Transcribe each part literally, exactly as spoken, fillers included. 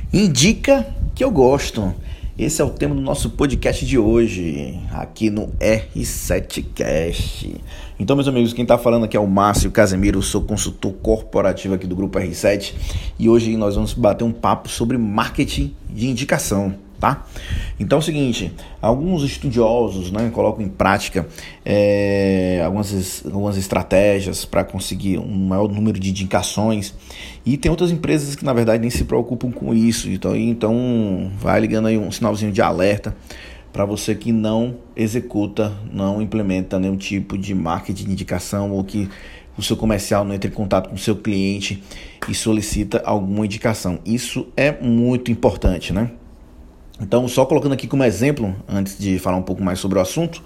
Indica que eu gosto. Esse é o tema do nosso podcast de hoje, aqui no R sete Cast. Então, meus amigos, quem está falando aqui é o Márcio Casemiro, eu sou consultor corporativo aqui do Grupo R sete e hoje nós vamos bater um papo sobre marketing de indicação, tá? Então é o seguinte, alguns estudiosos, né, colocam em prática é, algumas, algumas estratégias para conseguir um maior número de indicações, e tem outras empresas que na verdade nem se preocupam com isso. Então, então vai ligando aí um sinalzinho de alerta para você que não executa, não implementa nenhum tipo de marketing de indicação, ou que o seu comercial não entra em contato com o seu cliente e solicita alguma indicação. Isso é muito importante, né? Então, só colocando aqui como exemplo, antes de falar um pouco mais sobre o assunto,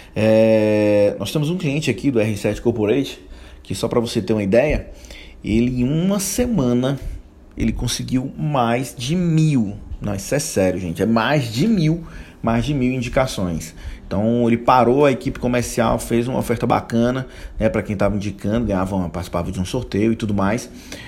é... nós temos um cliente aqui do R sete Corporate, que só para você ter uma ideia, ele em uma semana, ele conseguiu mais de mil, não, isso é sério, gente, é mais de mil, mais de mil indicações. Então, ele parou a equipe comercial, fez uma oferta bacana, né, para quem estava indicando, ganhava uma, participava de um sorteio e tudo mais.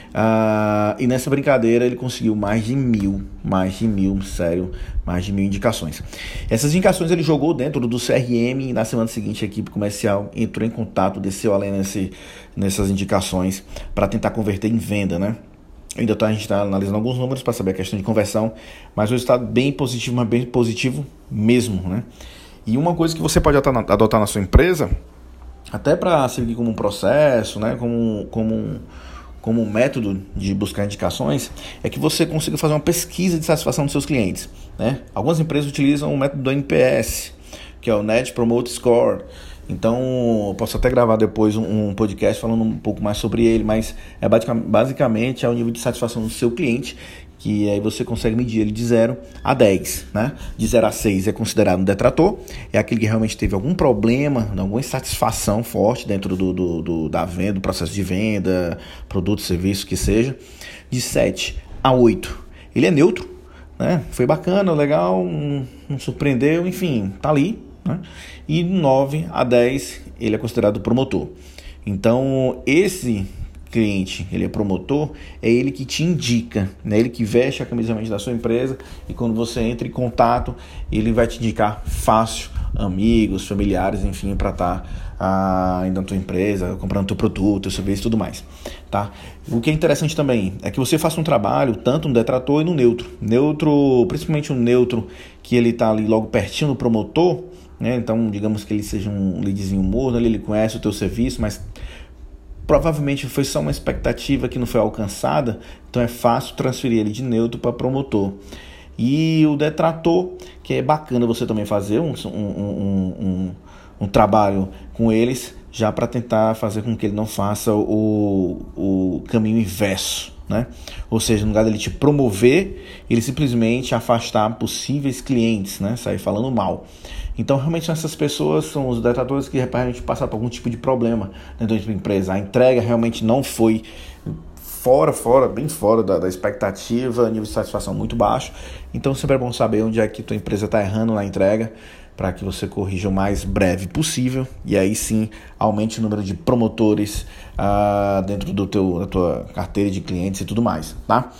Uh, e nessa brincadeira ele conseguiu mais de mil, mais de mil, sério, mais de mil indicações. Essas indicações ele jogou dentro do C R M e na semana seguinte a equipe comercial entrou em contato, desceu além nesse, nessas indicações para tentar converter em venda, né? Ainda tá, a gente está analisando alguns números para saber a questão de conversão, mas o resultado bem positivo, mas bem positivo mesmo, né? E uma coisa que você pode adotar na sua empresa, até para seguir como um processo, né, como, como, como um método de buscar indicações, é que você consiga fazer uma pesquisa de satisfação dos seus clientes, né? Algumas empresas utilizam o método do N P S, que é o Net Promoter Score. Então, eu posso até gravar depois um, um podcast falando um pouco mais sobre ele, mas é basicamente é o nível de satisfação do seu cliente, que aí você consegue medir ele de zero a dez, né? De zero a seis é considerado um detrator, é aquele que realmente teve algum problema, alguma insatisfação forte dentro do, do, do, da venda, do processo de venda, produto, serviço, que seja. De sete a oito, ele é neutro, né? Foi bacana, legal, não, não surpreendeu, enfim, tá ali, né? E nove a dez, ele é considerado promotor. Então, esse cliente, ele é promotor, é ele que te indica, né? Ele que veste a camisa da sua empresa, e quando você entra em contato, ele vai te indicar fácil amigos, familiares, enfim, para estar ah, indo na tua empresa, comprando teu produto, teu serviço e tudo mais, tá? O que é interessante também é que você faça um trabalho tanto no detrator e no neutro. Neutro, principalmente o neutro, que ele está ali logo pertinho do promotor, né? Então, digamos que ele seja um leadzinho morno, ele conhece o teu serviço, mas provavelmente foi só uma expectativa que não foi alcançada, então é fácil transferir ele de neutro para promotor. E o detrator, que é bacana você também fazer um, um, um, um, um trabalho com eles, já para tentar fazer com que ele não faça o, o caminho inverso, né? Ou seja, no lugar dele te promover, ele simplesmente afastar possíveis clientes, né? Sair falando mal. Então, realmente, essas pessoas são os detratores que realmente passaram por algum tipo de problema dentro da empresa. A entrega realmente não foi fora, fora, bem fora da, da expectativa, nível de satisfação muito baixo. Então, sempre é bom saber onde é que tua empresa está errando na entrega, para que você corrija o mais breve possível, e aí sim aumente o número de promotores ah, dentro do teu, da tua carteira de clientes e tudo mais, tá?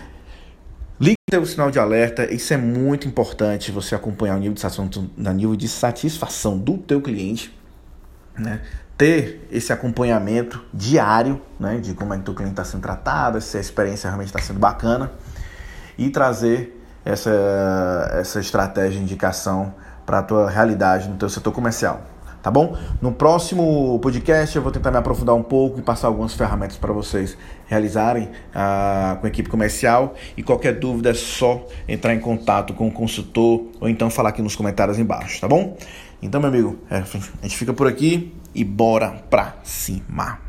Ligue o sinal de alerta, isso é muito importante, você acompanhar o nível de satisfação, o nível de satisfação do teu cliente, né? Ter esse acompanhamento diário, né, de como é que o teu cliente está sendo tratado, se a experiência realmente está sendo bacana, e trazer essa, essa estratégia de indicação para a tua realidade no teu setor comercial, tá bom? No próximo podcast eu vou tentar me aprofundar um pouco e passar algumas ferramentas para vocês realizarem ah, com a equipe comercial, e qualquer dúvida é só entrar em contato com o consultor ou então falar aqui nos comentários embaixo, tá bom? Então, meu amigo, é, a gente fica por aqui e bora pra cima!